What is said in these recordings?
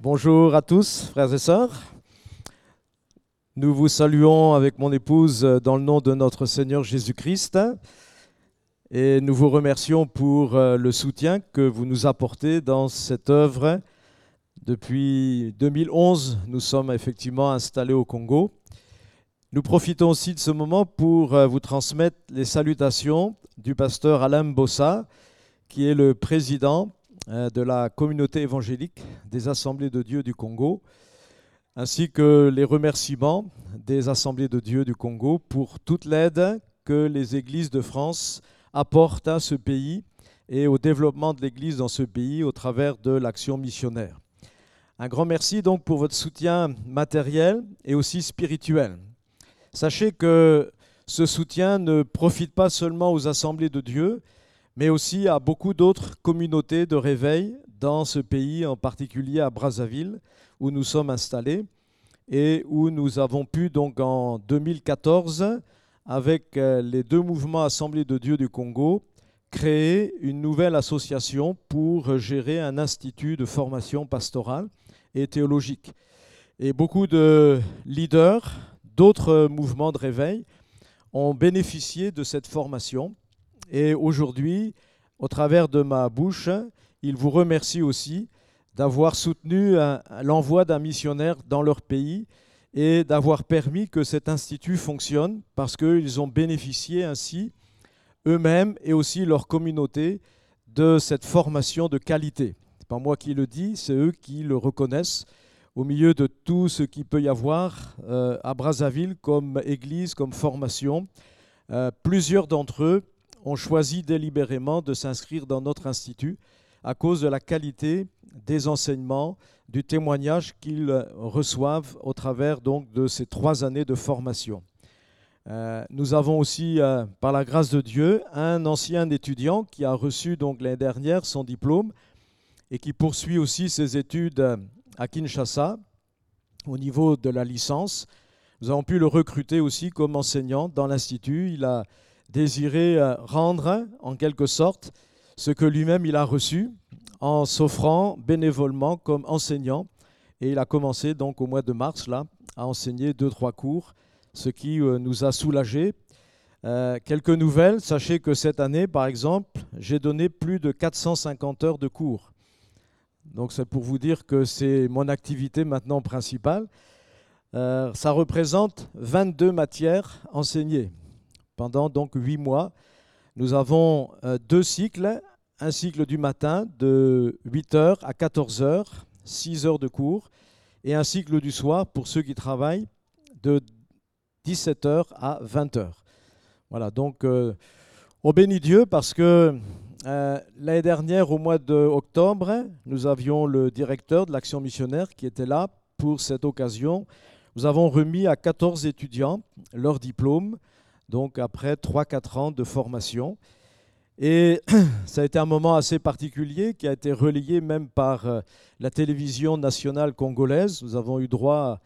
Bonjour à tous, frères et sœurs. Nous vous saluons avec mon épouse dans le nom de notre Seigneur Jésus-Christ et nous vous remercions pour le soutien que vous nous apportez dans cette œuvre. Depuis 2011, nous sommes effectivement installés au Congo. Nous profitons aussi de ce moment pour vous transmettre les salutations du pasteur Alain Bossa, qui est le président de la communauté évangélique des Assemblées de Dieu du Congo, ainsi que les remerciements des Assemblées de Dieu du Congo pour toute l'aide que les églises de France apportent à ce pays et au développement de l'Église dans ce pays au travers de l'action missionnaire. Un grand merci donc pour votre soutien matériel et aussi spirituel. Sachez que ce soutien ne profite pas seulement aux Assemblées de Dieu, mais aussi à beaucoup d'autres communautés de réveil dans ce pays, en particulier à Brazzaville, où nous sommes installés et où nous avons pu donc en 2014, avec les deux mouvements Assemblées de Dieu du Congo, créer une nouvelle association pour gérer un institut de formation pastorale et théologique. Et beaucoup de leaders d'autres mouvements de réveil ont bénéficié de cette formation. Et aujourd'hui, au travers de ma bouche, ils vous remercient aussi d'avoir soutenu l'envoi d'un missionnaire dans leur pays et d'avoir permis que cet institut fonctionne parce qu'ils ont bénéficié ainsi eux-mêmes et aussi leur communauté de cette formation de qualité. Ce n'est pas moi qui le dis, c'est eux qui le reconnaissent au milieu de tout ce qu'il peut y avoir à Brazzaville comme église, comme formation. Plusieurs d'entre eux ont choisi délibérément de s'inscrire dans notre institut à cause de la qualité des enseignements, du témoignage qu'ils reçoivent au travers donc de ces 3 années de formation. Nous avons aussi, par la grâce de Dieu, un ancien étudiant qui a reçu donc l'année dernière son diplôme et qui poursuit aussi ses études à Kinshasa au niveau de la licence. Nous avons pu le recruter aussi comme enseignant dans l'institut. Il a désiré rendre en quelque sorte ce que lui-même il a reçu en s'offrant bénévolement comme enseignant. Et il a commencé donc au mois de mars là, à enseigner 2-3 cours, ce qui nous a soulagés. Quelques nouvelles, sachez que cette année, par exemple, j'ai donné plus de 450 heures de cours. Donc c'est pour vous dire que c'est mon activité maintenant principale. Ça représente 22 matières enseignées. Pendant donc 8 mois, nous avons 2 cycles, un cycle du matin de 8h à 14h, 6 heures de cours, et un cycle du soir pour ceux qui travaillent de 17h à 20h. Voilà, donc on bénit Dieu parce que l'année dernière, au mois d'octobre, nous avions le directeur de l'action missionnaire qui était là pour cette occasion. Nous avons remis à 14 étudiants leur diplôme, donc après 3-4 ans de formation. Et ça a été un moment assez particulier qui a été relayé même par la télévision nationale congolaise. Nous avons eu droit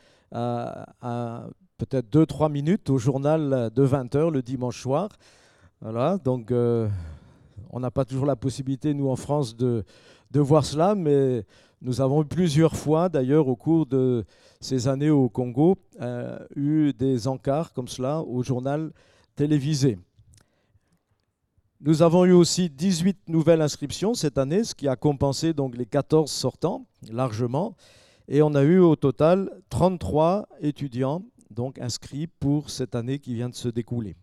à peut-être 2-3 minutes au journal de 20h le dimanche soir. Voilà, donc on n'a pas toujours la possibilité, nous en France, de voir cela, mais nous avons eu plusieurs fois, d'ailleurs, au cours de ces années au Congo, eu des encarts comme cela au journal télévisé. Nous avons eu aussi 18 nouvelles inscriptions cette année, ce qui a compensé donc les 14 sortants largement. Et on a eu au total 33 étudiants donc inscrits pour cette année qui vient de se découler.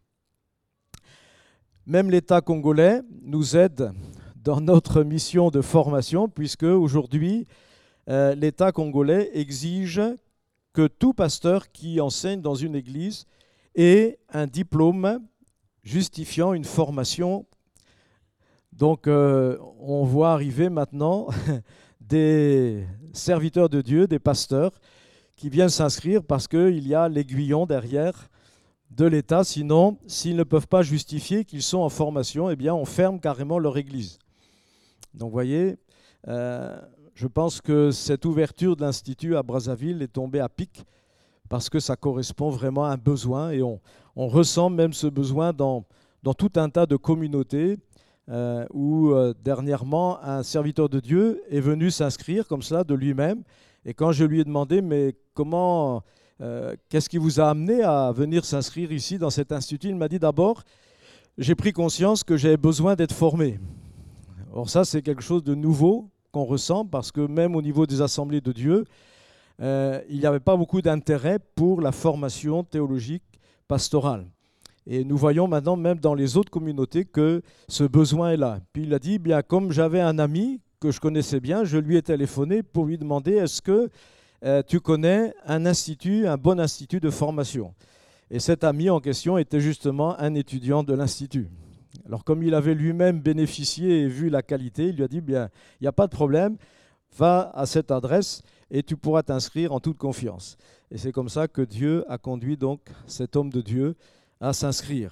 Même l'État congolais nous aide dans notre mission de formation, puisque aujourd'hui, l'État congolais exige que tout pasteur qui enseigne dans une église ait un diplôme justifiant une formation. Donc, on voit arriver maintenant des serviteurs de Dieu, des pasteurs, qui viennent s'inscrire parce qu'il y a l'aiguillon derrière de l'État. Sinon, s'ils ne peuvent pas justifier qu'ils sont en formation, eh bien, on ferme carrément leur église. Donc, vous voyez, je pense que cette ouverture de l'Institut à Brazzaville est tombée à pic parce que ça correspond vraiment à un besoin et on ressent même ce besoin dans tout un tas de communautés où dernièrement un serviteur de Dieu est venu s'inscrire comme cela de lui-même Et quand je lui ai demandé, mais comment, qu'est-ce qui vous a amené à venir s'inscrire ici dans cet institut, il m'a dit d'abord, j'ai pris conscience que j'avais besoin d'être formé. Or ça, c'est quelque chose de nouveau qu'on ressent parce que même au niveau des assemblées de Dieu, il n'y avait pas beaucoup d'intérêt pour la formation théologique pastorale. Et nous voyons maintenant, même dans les autres communautés, que ce besoin est là. Puis il a dit, bien, comme j'avais un ami que je connaissais bien, je lui ai téléphoné pour lui demander, est-ce que tu connais un institut, un bon institut de formation? Et cet ami en question était justement un étudiant de l'institut. Alors comme il avait lui-même bénéficié et vu la qualité, il lui a dit, bien, il n'y a pas de problème, va à cette adresse et tu pourras t'inscrire en toute confiance. Et c'est comme ça que Dieu a conduit donc cet homme de Dieu à s'inscrire.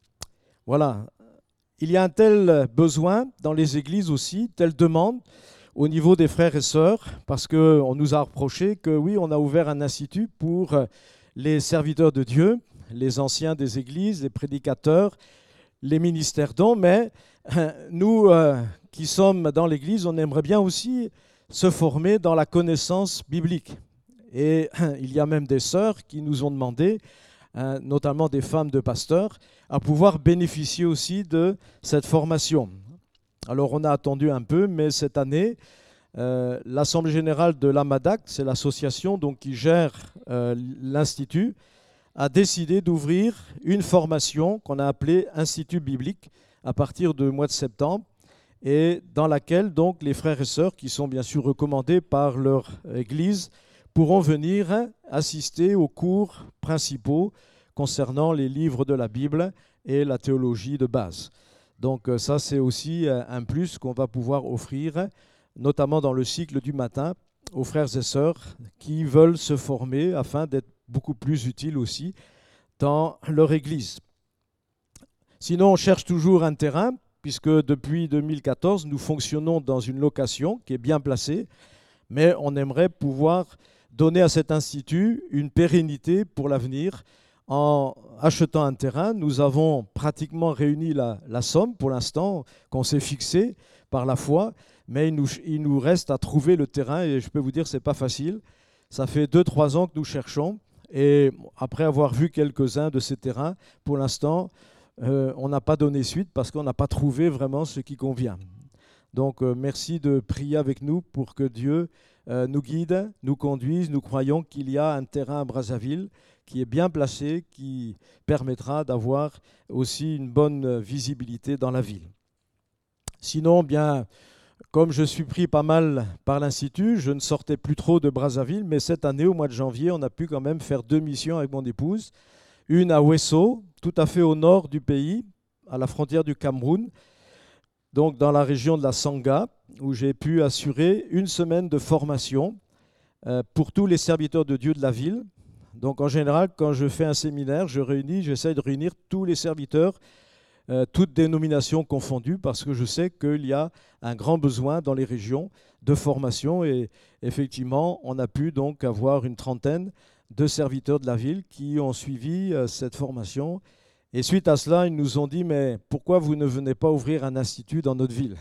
Voilà. Il y a un tel besoin dans les églises aussi, telle demande au niveau des frères et sœurs, parce qu'on nous a reproché que oui, on a ouvert un institut pour les serviteurs de Dieu, les anciens des églises, les prédicateurs, les ministères dons, mais nous qui sommes dans l'église, on aimerait bien aussi se former dans la connaissance biblique. Et il y a même des sœurs qui nous ont demandé, notamment des femmes de pasteurs, à pouvoir bénéficier aussi de cette formation. Alors on a attendu un peu, mais cette année, l'Assemblée générale de l'AMADAC, c'est l'association donc, qui gère l'Institut, a décidé d'ouvrir une formation qu'on a appelée Institut biblique à partir du mois de septembre, et dans laquelle donc les frères et sœurs, qui sont bien sûr recommandés par leur Église, pourront venir assister aux cours principaux concernant les livres de la Bible et la théologie de base. Donc ça, c'est aussi un plus qu'on va pouvoir offrir, notamment dans le cycle du matin, aux frères et sœurs qui veulent se former afin d'être beaucoup plus utiles aussi dans leur Église. Sinon, on cherche toujours un terrain, puisque depuis 2014, nous fonctionnons dans une location qui est bien placée, mais on aimerait pouvoir donner à cet institut une pérennité pour l'avenir. En achetant un terrain, nous avons pratiquement réuni la somme pour l'instant qu'on s'est fixée par la foi, mais il nous reste à trouver le terrain et je peux vous dire que ce n'est pas facile. Ça fait 2-3 ans que nous cherchons et après avoir vu quelques-uns de ces terrains, pour l'instant, on n'a pas donné suite parce qu'on n'a pas trouvé vraiment ce qui convient. Donc merci de prier avec nous pour que Dieu nous guide, nous conduise. Nous croyons qu'il y a un terrain à Brazzaville qui est bien placé, qui permettra d'avoir aussi une bonne visibilité dans la ville. Sinon, bien, comme je suis pris pas mal par l'Institut, je ne sortais plus trop de Brazzaville, mais cette année, au mois de janvier, on a pu quand même faire 2 missions avec mon épouse. Une à Ouesso, tout à fait au nord du pays, à la frontière du Cameroun, donc dans la région de la Sanga, où j'ai pu assurer 1 semaine de formation pour tous les serviteurs de Dieu de la ville. Donc en général, quand je fais un séminaire, j'essaie de réunir tous les serviteurs, toutes dénominations confondues, parce que je sais qu'il y a un grand besoin dans les régions de formation. Et effectivement, on a pu donc avoir une trentaine de serviteurs de la ville qui ont suivi cette formation. Et suite à cela, ils nous ont dit, mais pourquoi vous ne venez pas ouvrir un institut dans notre ville?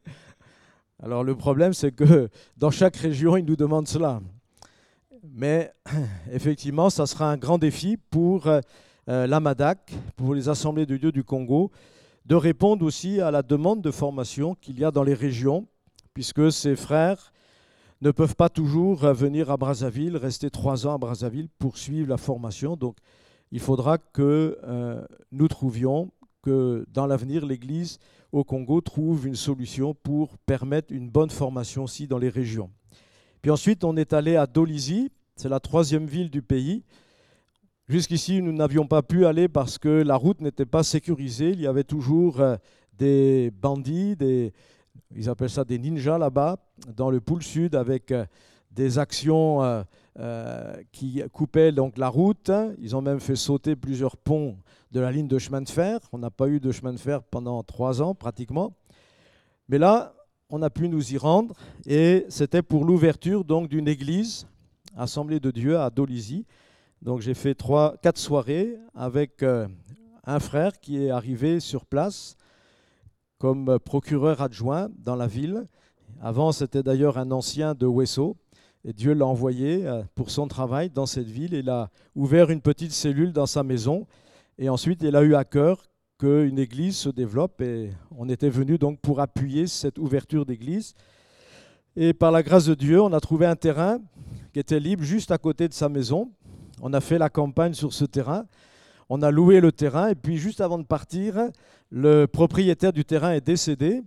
Alors le problème, c'est que dans chaque région, ils nous demandent cela. Mais effectivement, ça sera un grand défi pour l'AMADAC, pour les Assemblées de Dieu du Congo, de répondre aussi à la demande de formation qu'il y a dans les régions, puisque ces frères ne peuvent pas toujours venir à Brazzaville, rester 3 ans à Brazzaville pour suivre la formation. Donc, il faudra que nous trouvions que dans l'avenir, l'Église au Congo trouve une solution pour permettre une bonne formation aussi dans les régions. Puis ensuite, on est allé à Dolisie, c'est la 3e ville du pays. Jusqu'ici, nous n'avions pas pu aller parce que la route n'était pas sécurisée. Il y avait toujours des bandits, ils appellent ça des ninjas là-bas, dans le pôle sud, avec des actions qui coupaient donc la route. Ils ont même fait sauter plusieurs ponts de la ligne de chemin de fer. On n'a pas eu de chemin de fer pendant 3 ans pratiquement. Mais là, on a pu nous y rendre et c'était pour l'ouverture donc d'une église, Assemblée de Dieu à Dolisie. Donc j'ai fait 4 soirées avec un frère qui est arrivé sur place comme procureur adjoint dans la ville. Avant, c'était d'ailleurs un ancien de Ouesso. Et Dieu l'a envoyé pour son travail dans cette ville. Il a ouvert une petite cellule dans sa maison. Et ensuite, il a eu à cœur qu'une église se développe. Et on était venu donc pour appuyer cette ouverture d'église. Et par la grâce de Dieu, on a trouvé un terrain qui était libre juste à côté de sa maison. On a fait la campagne sur ce terrain. On a loué le terrain. Et puis, juste avant de partir, le propriétaire du terrain est décédé.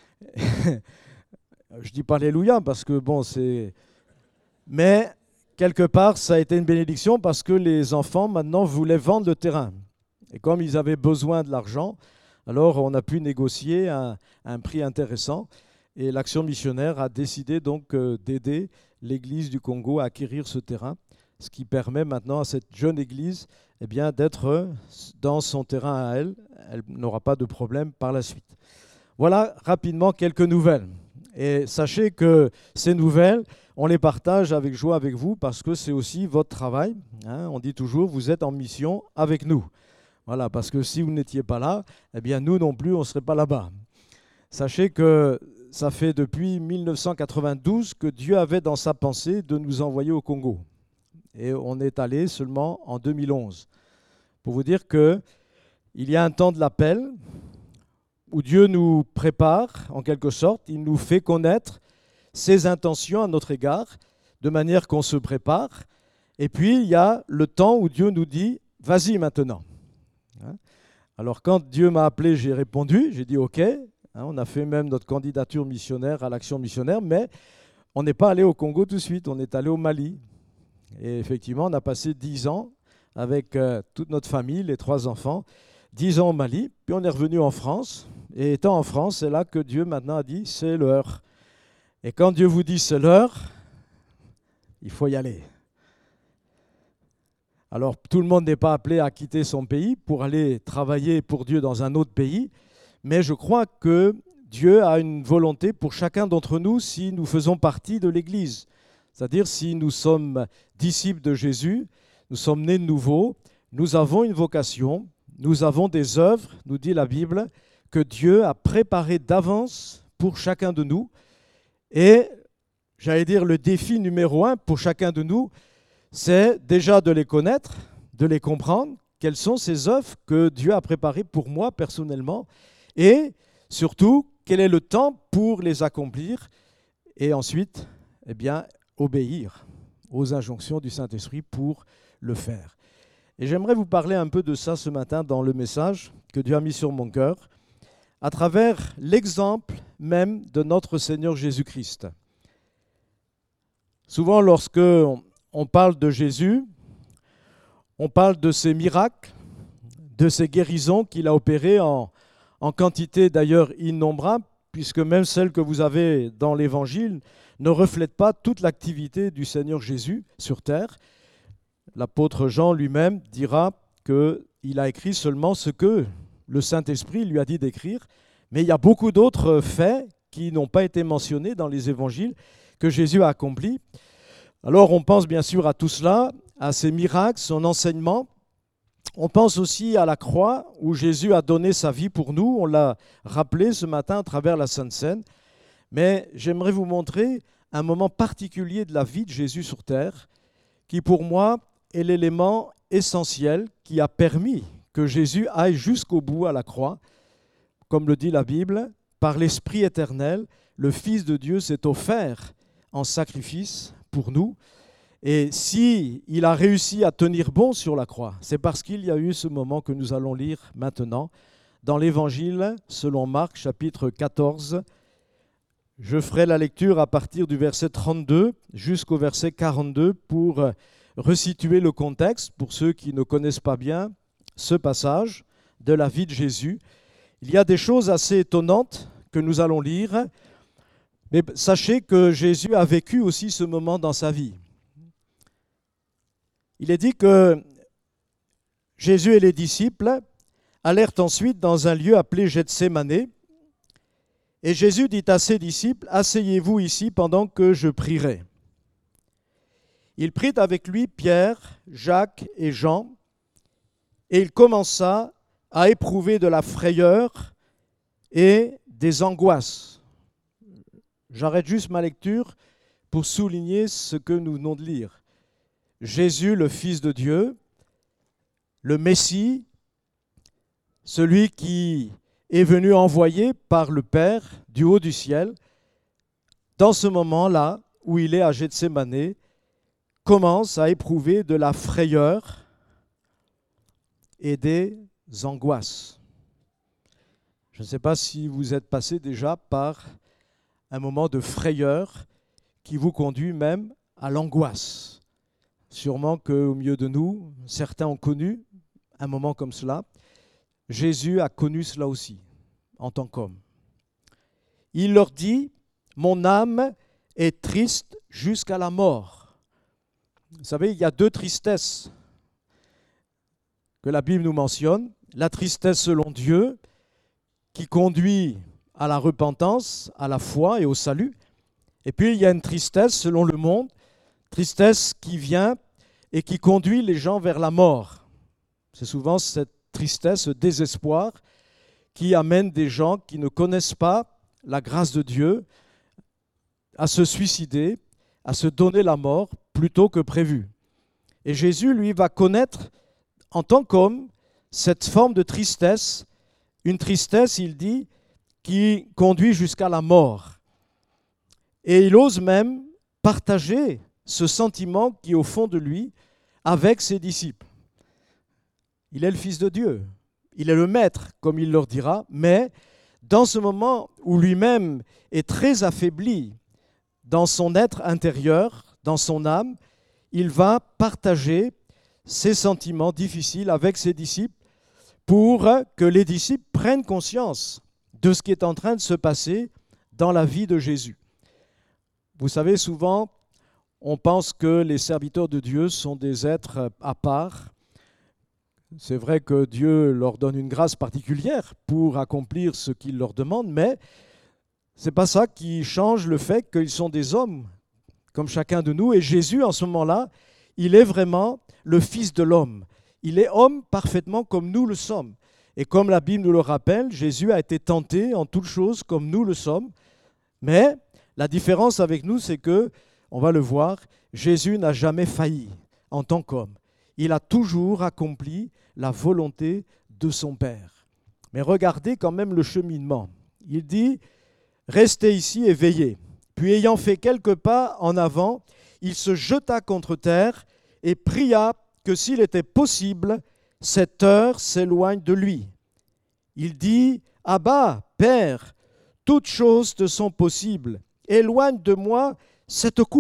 Je dis pas alléluia parce que bon, c'est... Mais quelque part, ça a été une bénédiction parce que les enfants maintenant voulaient vendre le terrain. Et comme ils avaient besoin de l'argent, alors on a pu négocier un prix intéressant. Et l'Action missionnaire a décidé donc d'aider l'Église du Congo à acquérir ce terrain, ce qui permet maintenant à cette jeune Église eh bien, d'être dans son terrain à elle. Elle n'aura pas de problème par la suite. Voilà rapidement quelques nouvelles. Et sachez que ces nouvelles, on les partage avec joie avec vous parce que c'est aussi votre travail. Hein. On dit toujours, vous êtes en mission avec nous. Voilà, parce que si vous n'étiez pas là, eh bien nous non plus, on ne serait pas là-bas. Sachez que ça fait depuis 1992 que Dieu avait dans sa pensée de nous envoyer au Congo. Et on est allé seulement en 2011. Pour vous dire qu'il y a un temps de l'appel où Dieu nous prépare, en quelque sorte, il nous fait connaître ses intentions à notre égard, de manière qu'on se prépare. Et puis, il y a le temps où Dieu nous dit, vas-y maintenant. Alors, quand Dieu m'a appelé, j'ai répondu, j'ai dit OK. On a fait même notre candidature missionnaire à l'Action missionnaire, mais on n'est pas allé au Congo tout de suite, on est allé au Mali. Et effectivement, on a passé 10 ans avec toute notre famille, les 3 enfants, 10 ans au Mali, puis on est revenu en France. Et étant en France, c'est là que Dieu maintenant a dit, c'est l'heure. Et quand Dieu vous dit c'est l'heure, il faut y aller. Alors tout le monde n'est pas appelé à quitter son pays pour aller travailler pour Dieu dans un autre pays, mais je crois que Dieu a une volonté pour chacun d'entre nous si nous faisons partie de l'Église. C'est-à-dire si nous sommes disciples de Jésus, nous sommes nés de nouveau, nous avons une vocation, nous avons des œuvres, nous dit la Bible, que Dieu a préparées d'avance pour chacun de nous. Et j'allais dire le défi numéro 1 pour chacun de nous, c'est déjà de les connaître, de les comprendre, quelles sont ces œuvres que Dieu a préparées pour moi personnellement, et surtout, quel est le temps pour les accomplir, et ensuite, eh bien, obéir aux injonctions du Saint-Esprit pour le faire. Et j'aimerais vous parler un peu de ça ce matin dans le message que Dieu a mis sur mon cœur, à travers l'exemple même de notre Seigneur Jésus-Christ. Souvent, lorsque on parle de Jésus, on parle de ses miracles, de ses guérisons qu'il a opérées en quantité d'ailleurs innombrable, puisque même celles que vous avez dans l'Évangile ne reflètent pas toute l'activité du Seigneur Jésus sur terre. L'apôtre Jean lui-même dira qu'il a écrit seulement ce que le Saint-Esprit lui a dit d'écrire, mais il y a beaucoup d'autres faits qui n'ont pas été mentionnés dans les évangiles que Jésus a accomplis. Alors on pense bien sûr à tout cela, à ses miracles, son enseignement. On pense aussi à la croix où Jésus a donné sa vie pour nous. On l'a rappelé ce matin à travers la Sainte Seine. Mais j'aimerais vous montrer un moment particulier de la vie de Jésus sur terre qui pour moi est l'élément essentiel qui a permis que Jésus aille jusqu'au bout à la croix. Comme le dit la Bible, par l'Esprit éternel, le Fils de Dieu s'est offert en sacrifice pour nous. Et si il a réussi à tenir bon sur la croix, c'est parce qu'il y a eu ce moment que nous allons lire maintenant dans l'Évangile selon Marc, chapitre 14. Je ferai la lecture à partir du verset 32 jusqu'au verset 42 pour resituer le contexte pour ceux qui ne connaissent pas bien ce passage de la vie de Jésus. Il y a des choses assez étonnantes que nous allons lire, mais sachez que Jésus a vécu aussi ce moment dans sa vie. Il est dit que Jésus et les disciples allèrent ensuite dans un lieu appelé Gethsémanée, et Jésus dit à ses disciples, « Asseyez-vous ici pendant que je prierai. » Il prit avec lui Pierre, Jacques et Jean, et il commença à éprouver de la frayeur et des angoisses. J'arrête juste ma lecture pour souligner ce que nous venons de lire. Jésus, le Fils de Dieu, le Messie, celui qui est venu envoyer par le Père du haut du ciel, dans ce moment-là où il est à Gethsémane, commence à éprouver de la frayeur et des angoisses. Je ne sais pas si vous êtes passé déjà par un moment de frayeur qui vous conduit même à l'angoisse. Sûrement qu'au milieu de nous, certains ont connu un moment comme cela. Jésus a connu cela aussi, en tant qu'homme. Il leur dit, « Mon âme est triste jusqu'à la mort. » Vous savez, il y a deux tristesses que la Bible nous mentionne. La tristesse selon Dieu, qui conduit à la repentance, à la foi et au salut. Et puis il y a une tristesse selon le monde, tristesse qui vient et qui conduit les gens vers la mort. C'est souvent cette tristesse, ce désespoir qui amène des gens qui ne connaissent pas la grâce de Dieu à se suicider, à se donner la mort plutôt que prévu. Et Jésus, lui, va connaître en tant qu'homme cette forme de tristesse, une tristesse, il dit, qui conduit jusqu'à la mort. Et il ose même partager ce sentiment qui est au fond de lui avec ses disciples. Il est le Fils de Dieu, il est le Maître, comme il leur dira, mais dans ce moment où lui-même est très affaibli dans son être intérieur, dans son âme, il va partager ses sentiments difficiles avec ses disciples pour que les disciples prennent conscience de ce qui est en train de se passer dans la vie de Jésus. Vous savez, souvent, on pense que les serviteurs de Dieu sont des êtres à part. C'est vrai que Dieu leur donne une grâce particulière pour accomplir ce qu'il leur demande, mais ce n'est pas ça qui change le fait qu'ils sont des hommes, comme chacun de nous. Et Jésus, en ce moment-là, il est vraiment le Fils de l'homme. Il est homme parfaitement comme nous le sommes. Et comme la Bible nous le rappelle, Jésus a été tenté en toutes choses comme nous le sommes. Mais la différence avec nous, c'est que, on va le voir, Jésus n'a jamais failli en tant qu'homme. Il a toujours accompli la volonté de son Père. Mais regardez quand même le cheminement. Il dit, « Restez ici et veillez. » Puis ayant fait quelques pas en avant, il se jeta contre terre et pria que s'il était possible, cette heure s'éloigne de lui. Il dit, « Abba, Père, toutes choses te sont possibles. Éloigne de moi cette coupe. »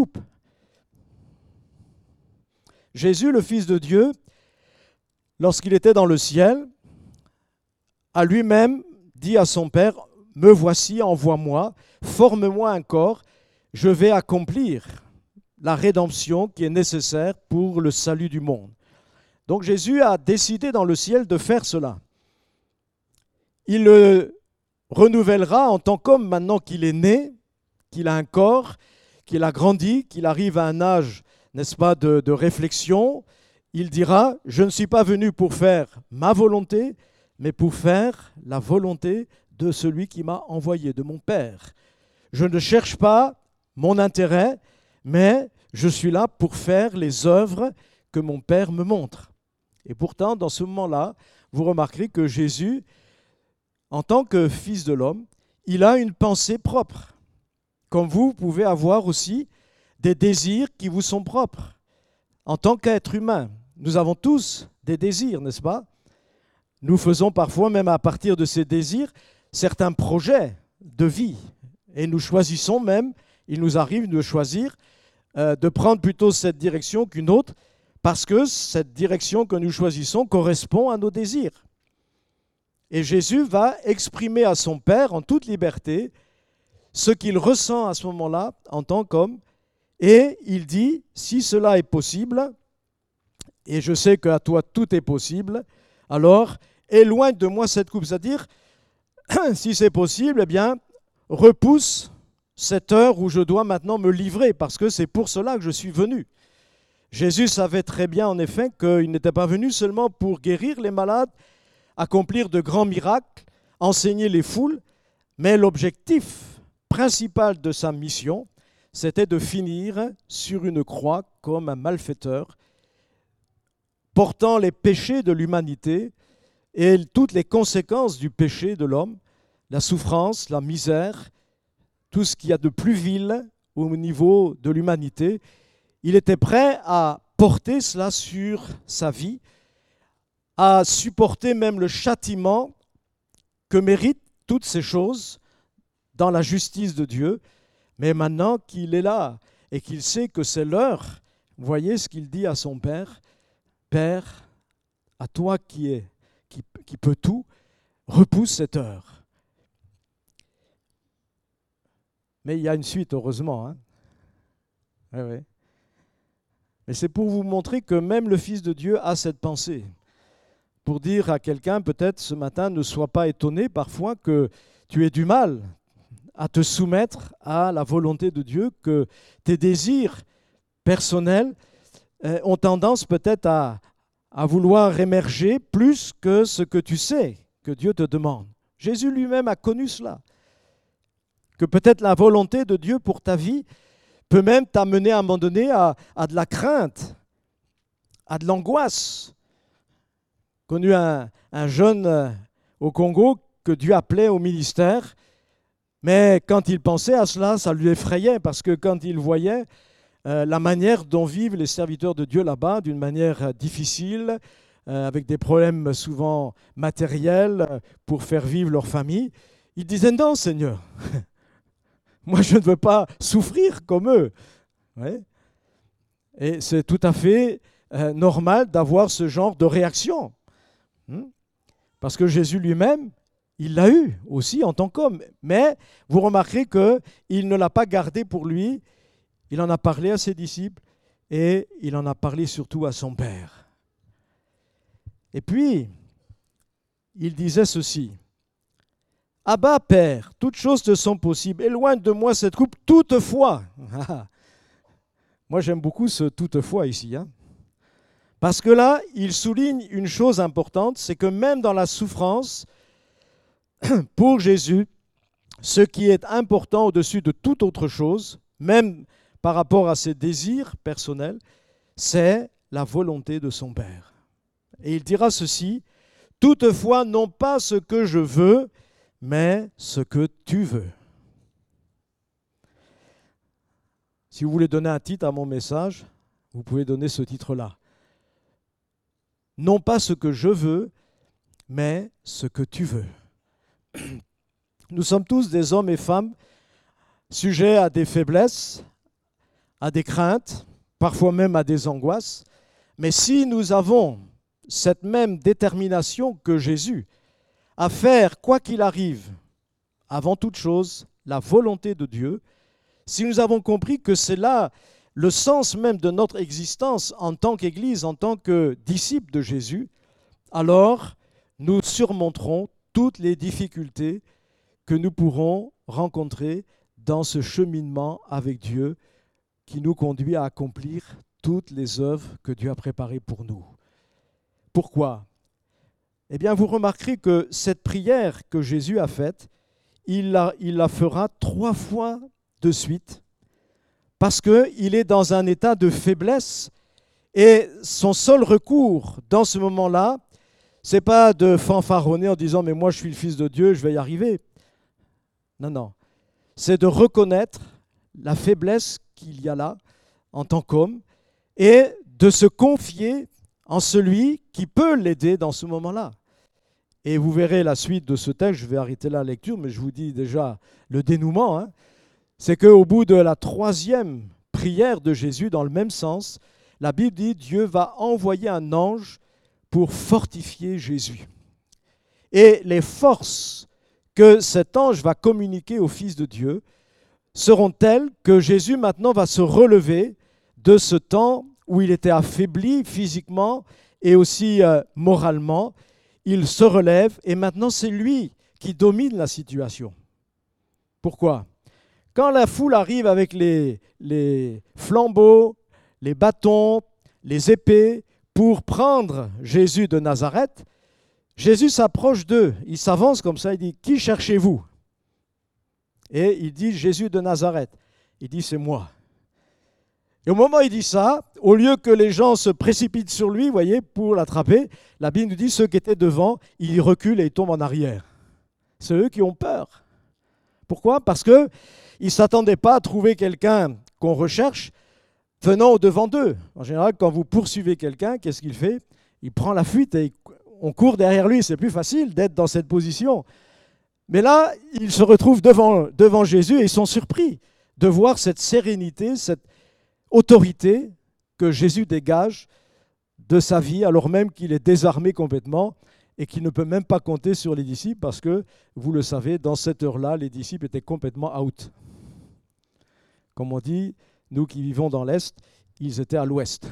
Jésus, le Fils de Dieu, lorsqu'il était dans le ciel, a lui-même dit à son Père, « Me voici, envoie-moi, forme-moi un corps, je vais accomplir la rédemption qui est nécessaire pour le salut du monde. » Donc Jésus a décidé dans le ciel de faire cela. Il le renouvellera en tant qu'homme maintenant qu'il est né, qu'il a un corps, qu'il a grandi, qu'il arrive à un âge, n'est-ce pas, de réflexion. Il dira, je ne suis pas venu pour faire ma volonté, mais pour faire la volonté de celui qui m'a envoyé, de mon Père. Je ne cherche pas mon intérêt, mais je suis là pour faire les œuvres que mon Père me montre. Et pourtant, dans ce moment-là, vous remarquerez que Jésus, en tant que Fils de l'homme, il a une pensée propre. Comme vous pouvez avoir aussi des désirs qui vous sont propres. En tant qu'être humain, nous avons tous des désirs, n'est-ce pas? Nous faisons parfois, même à partir de ces désirs, certains projets de vie. Et nous choisissons même, il nous arrive de choisir, de prendre plutôt cette direction qu'une autre, parce que cette direction que nous choisissons correspond à nos désirs. Et Jésus va exprimer à son Père, en toute liberté, ce qu'il ressent à ce moment-là, en tant qu'homme, et il dit, si cela est possible, et je sais qu'à toi tout est possible, alors éloigne de moi cette coupe. C'est-à-dire, si c'est possible, eh bien, repousse cette heure où je dois maintenant me livrer, parce que c'est pour cela que je suis venu. Jésus savait très bien, en effet, qu'il n'était pas venu seulement pour guérir les malades, accomplir de grands miracles, enseigner les foules, mais l'objectif principal de sa mission, c'était de finir sur une croix comme un malfaiteur, portant les péchés de l'humanité et toutes les conséquences du péché de l'homme, la souffrance, la misère, tout ce qu'il y a de plus vil au niveau de l'humanité. Il était prêt à porter cela sur sa vie, à supporter même le châtiment que méritent toutes ces choses dans la justice de Dieu. Mais maintenant qu'il est là et qu'il sait que c'est l'heure, voyez ce qu'il dit à son Père: Père, à toi qui peut tout, repousse cette heure. Mais il y a une suite, heureusement. Hein. Oui, oui. Mais c'est pour vous montrer que même le Fils de Dieu a cette pensée. Pour dire à quelqu'un, peut-être ce matin, ne sois pas étonné parfois que tu aies du mal à te soumettre à la volonté de Dieu, que tes désirs personnels ont tendance peut-être à vouloir émerger plus que ce que tu sais que Dieu te demande. Jésus lui-même a connu cela. Que peut-être la volonté de Dieu pour ta vie peut même t'amener à un moment donné à de la crainte, à de l'angoisse. J'ai connu un jeune au Congo que Dieu appelait au ministère, mais quand il pensait à cela, ça lui effrayait, parce que quand il voyait la manière dont vivent les serviteurs de Dieu là-bas, d'une manière difficile, avec des problèmes souvent matériels pour faire vivre leur famille, il disait: non, Seigneur, moi je ne veux pas souffrir comme eux. Ouais. Et c'est tout à fait normal d'avoir ce genre de réaction. Parce que Jésus lui-même, il l'a eu aussi en tant qu'homme. Mais vous remarquerez qu'il ne l'a pas gardé pour lui. Il en a parlé à ses disciples et il en a parlé surtout à son Père. Et puis, il disait ceci: Abba, Père, toutes choses te sont possibles. Éloigne de moi cette coupe, toutefois. Moi, j'aime beaucoup ce toutefois ici. Hein. Parce que là, il souligne une chose importante, c'est que même dans la souffrance, pour Jésus, ce qui est important au-dessus de toute autre chose, même par rapport à ses désirs personnels, c'est la volonté de son Père. Et il dira ceci: toutefois, non pas ce que je veux, mais ce que tu veux. Si vous voulez donner un titre à mon message, vous pouvez donner ce titre-là. Non pas ce que je veux, mais ce que tu veux. Nous sommes tous des hommes et femmes sujets à des faiblesses, à des craintes, parfois même à des angoisses. Mais si nous avons cette même détermination que Jésus à faire, quoi qu'il arrive, avant toute chose, la volonté de Dieu, si nous avons compris que c'est là le sens même de notre existence en tant qu'Église, en tant que disciples de Jésus, alors nous surmonterons toutes les difficultés que nous pourrons rencontrer dans ce cheminement avec Dieu qui nous conduit à accomplir toutes les œuvres que Dieu a préparées pour nous. Pourquoi ? Eh bien, vous remarquerez que cette prière que Jésus a faite, il la fera 3 fois de suite, parce qu'il est dans un état de faiblesse et son seul recours dans ce moment-là, ce n'est pas de fanfaronner en disant « mais moi je suis le Fils de Dieu, je vais y arriver ». Non, non. C'est de reconnaître la faiblesse qu'il y a là en tant qu'homme et de se confier en celui qui peut l'aider dans ce moment-là. Et vous verrez la suite de ce texte, je vais arrêter la lecture, mais je vous dis déjà le dénouement, hein. C'est qu'au bout de la 3e prière de Jésus, dans le même sens, la Bible dit Dieu va envoyer un ange pour fortifier Jésus. Et les forces que cet ange va communiquer au Fils de Dieu seront telles que Jésus maintenant va se relever de ce temps où il était affaibli physiquement et aussi moralement. Il se relève et maintenant c'est lui qui domine la situation. Pourquoi ? Quand la foule arrive avec les flambeaux, les bâtons, les épées pour prendre Jésus de Nazareth, Jésus s'approche d'eux, il s'avance comme ça, il dit « Qui cherchez-vous » Et il dit « Jésus de Nazareth ». Il dit, c'est moi. Et au moment où il dit ça, au lieu que les gens se précipitent sur lui, vous voyez, pour l'attraper, la Bible nous dit, ceux qui étaient devant, ils reculent et ils tombent en arrière. C'est eux qui ont peur. Pourquoi? Parce qu'ils ne s'attendaient pas à trouver quelqu'un qu'on recherche venant au-devant d'eux. En général, quand vous poursuivez quelqu'un, qu'est-ce qu'il fait? Il prend la fuite et on court derrière lui. C'est plus facile d'être dans cette position. Mais là, ils se retrouvent devant Jésus et ils sont surpris de voir cette sérénité, cette autorité que Jésus dégage de sa vie, alors même qu'il est désarmé complètement et qu'il ne peut même pas compter sur les disciples parce que, vous le savez, dans cette heure-là, les disciples étaient complètement out. Comme on dit, nous qui vivons dans l'Est, ils étaient à l'Ouest.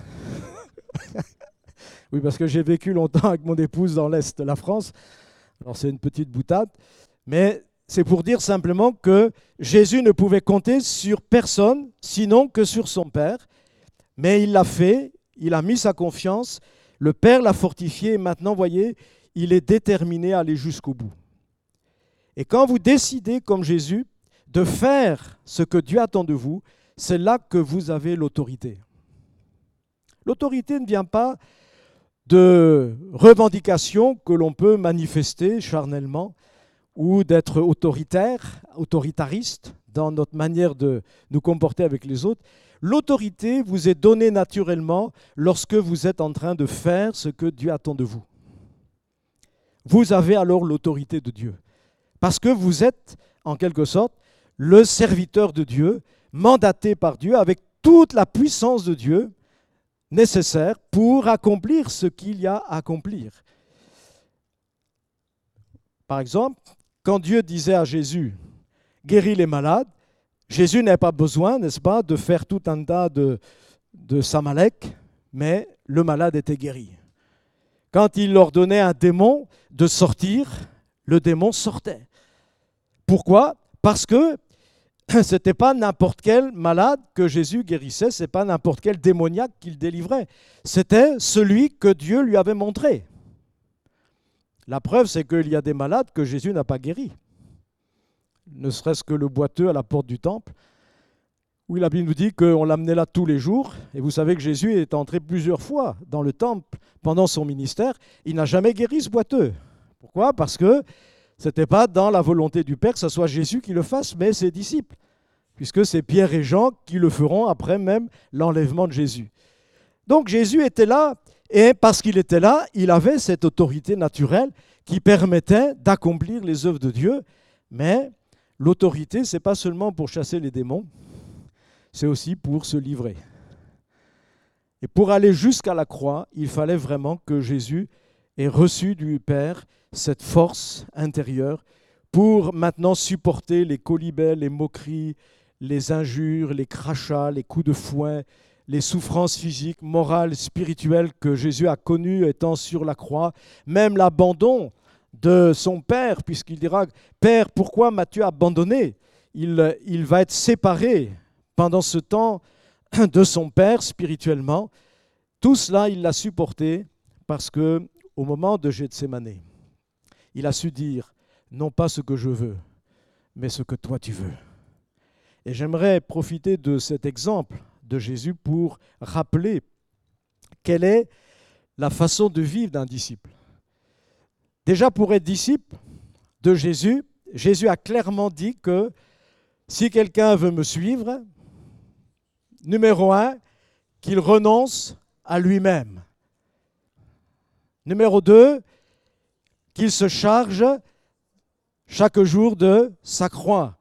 Oui, parce que j'ai vécu longtemps avec mon épouse dans l'Est de la France. Alors c'est une petite boutade, mais c'est pour dire simplement que Jésus ne pouvait compter sur personne, sinon que sur son Père. Mais il l'a fait, il a mis sa confiance, le Père l'a fortifié et maintenant, voyez, il est déterminé à aller jusqu'au bout. Et quand vous décidez, comme Jésus, de faire ce que Dieu attend de vous, c'est là que vous avez l'autorité. L'autorité ne vient pas de revendications que l'on peut manifester charnellement ou d'être autoritariste dans notre manière de nous comporter avec les autres. L'autorité vous est donnée naturellement lorsque vous êtes en train de faire ce que Dieu attend de vous. Vous avez alors l'autorité de Dieu parce que vous êtes en quelque sorte le serviteur de Dieu, mandaté par Dieu avec toute la puissance de Dieu nécessaire pour accomplir ce qu'il y a à accomplir. Par exemple, quand Dieu disait à Jésus, guéris les malades, Jésus n'a pas besoin, n'est-ce pas, de faire tout un tas de Samalek, mais le malade était guéri. Quand il ordonnait à un démon de sortir, le démon sortait. Pourquoi? Parce que ce n'était pas n'importe quel malade que Jésus guérissait, ce n'est pas n'importe quel démoniaque qu'il délivrait. C'était celui que Dieu lui avait montré. La preuve, c'est qu'il y a des malades que Jésus n'a pas guéris. Ne serait-ce que le boiteux à la porte du temple, où la Bible nous dit qu'on l'amenait là tous les jours. Et vous savez que Jésus est entré plusieurs fois dans le temple pendant son ministère. Il n'a jamais guéri ce boiteux. Pourquoi? Parce que ce n'était pas dans la volonté du Père que ce soit Jésus qui le fasse, mais ses disciples. Puisque c'est Pierre et Jean qui le feront après même l'enlèvement de Jésus. Donc Jésus était là. Et parce qu'il était là, il avait cette autorité naturelle qui permettait d'accomplir les œuvres de Dieu. Mais l'autorité, ce n'est pas seulement pour chasser les démons, c'est aussi pour se livrer. Et pour aller jusqu'à la croix, il fallait vraiment que Jésus ait reçu du Père cette force intérieure pour maintenant supporter les quolibets, les moqueries, les injures, les crachats, les coups de fouet, les souffrances physiques, morales, spirituelles que Jésus a connues étant sur la croix, même l'abandon de son Père, puisqu'il dira « Père, pourquoi m'as-tu abandonné ?» Il va être séparé pendant ce temps de son Père spirituellement. Tout cela, il l'a supporté parce que au moment de Gethsémani, il a su dire « Non pas ce que je veux, mais ce que toi tu veux ». Et j'aimerais profiter de cet exemple de Jésus pour rappeler quelle est la façon de vivre d'un disciple. Déjà pour être disciple de Jésus, Jésus a clairement dit que si quelqu'un veut me suivre, numéro 1, qu'il renonce à lui-même. Numéro 2, qu'il se charge chaque jour de sa croix.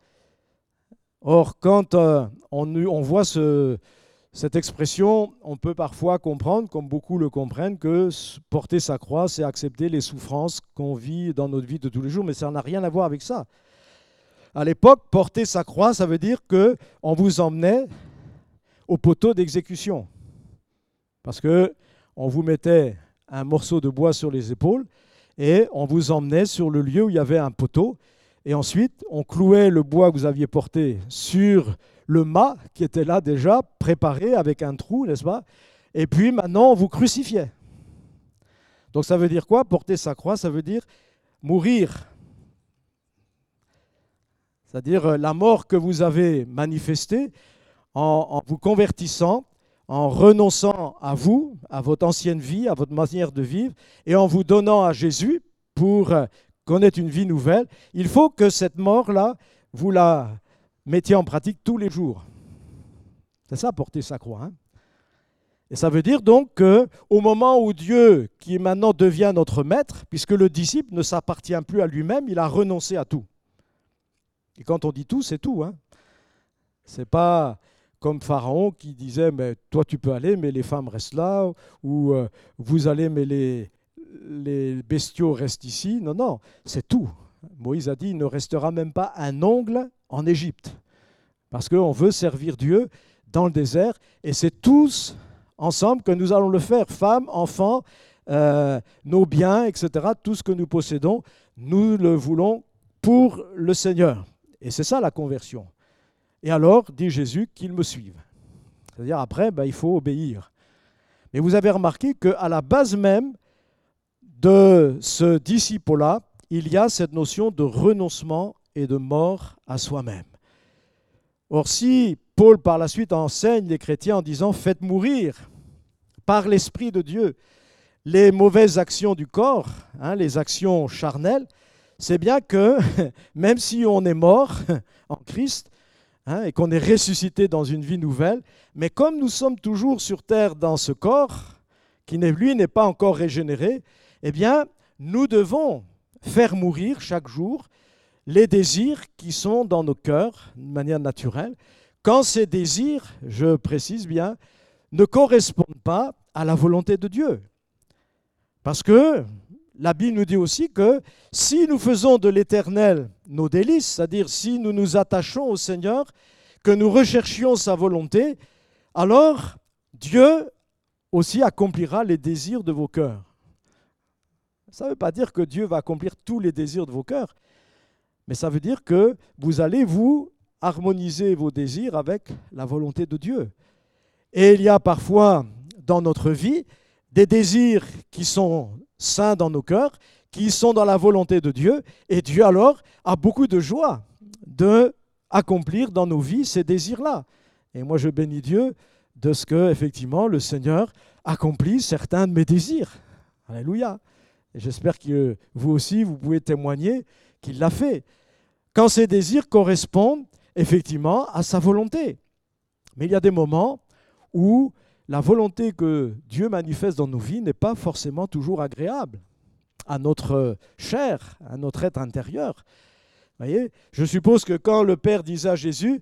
Or, quand on voit cette expression, on peut parfois comprendre, comme beaucoup le comprennent, que porter sa croix, c'est accepter les souffrances qu'on vit dans notre vie de tous les jours, mais ça n'a rien à voir avec ça. À l'époque, porter sa croix, ça veut dire qu'on vous emmenait au poteau d'exécution. Parce qu'on vous mettait un morceau de bois sur les épaules et on vous emmenait sur le lieu où il y avait un poteau. Et ensuite, on clouait le bois que vous aviez porté sur le mât qui était là déjà, préparé avec un trou, n'est-ce pas? Et puis maintenant, on vous crucifiait. Donc ça veut dire quoi? Porter sa croix, ça veut dire mourir. C'est-à-dire la mort que vous avez manifestée, en vous convertissant, en renonçant à vous, à votre ancienne vie, à votre manière de vivre, et en vous donnant à Jésus pour connaître une vie nouvelle, il faut que cette mort-là, vous la mettiez en pratique tous les jours. C'est ça, porter sa croix. Hein? Et ça veut dire donc qu'au moment où Dieu, qui maintenant devient notre maître, puisque le disciple ne s'appartient plus à lui-même, il a renoncé à tout. Et quand on dit tout, c'est tout. Hein? C'est pas comme Pharaon qui disait mais toi tu peux aller mais les femmes restent là, ou vous allez mais les bestiaux restent ici. Non, non, c'est tout. Moïse a dit il ne restera même pas un ongle en Égypte parce qu'on veut servir Dieu dans le désert et c'est tous ensemble que nous allons le faire, femmes, enfants, nos biens, etc. Tout ce que nous possédons, nous le voulons pour le Seigneur. Et c'est ça la conversion. Et alors, dit Jésus, qu'ils me suivent. C'est-à-dire après, il faut obéir. Mais vous avez remarqué qu'à la base même de ce disciple-là, il y a cette notion de renoncement et de mort à soi-même. Or, si Paul par la suite enseigne les chrétiens en disant « faites mourir par l'Esprit de Dieu les mauvaises actions du corps, les actions charnelles », c'est bien que même si on est mort en Christ, et qu'on est ressuscité dans une vie nouvelle, mais comme nous sommes toujours sur terre dans ce corps, qui lui n'est pas encore régénéré, eh bien, nous devons faire mourir chaque jour les désirs qui sont dans nos cœurs, de manière naturelle, quand ces désirs, je précise bien, ne correspondent pas à la volonté de Dieu. Parce que la Bible nous dit aussi que si nous faisons de l'Éternel nos délices, c'est-à-dire si nous nous attachons au Seigneur, que nous recherchions sa volonté, alors Dieu aussi accomplira les désirs de vos cœurs. Ça ne veut pas dire que Dieu va accomplir tous les désirs de vos cœurs, mais ça veut dire que vous allez vous harmoniser vos désirs avec la volonté de Dieu. Et il y a parfois dans notre vie des désirs qui sont saints dans nos cœurs, qui sont dans la volonté de Dieu, et Dieu alors a beaucoup de joie de accomplir dans nos vies ces désirs-là. Et moi je bénis Dieu de ce que effectivement le Seigneur accomplit certains de mes désirs. Alléluia. Et j'espère que vous aussi vous pouvez témoigner qu'il l'a fait. Quand ces désirs correspondent effectivement à sa volonté. Mais il y a des moments où la volonté que Dieu manifeste dans nos vies n'est pas forcément toujours agréable à notre chair, à notre être intérieur. Vous voyez, je suppose que quand le Père disait à Jésus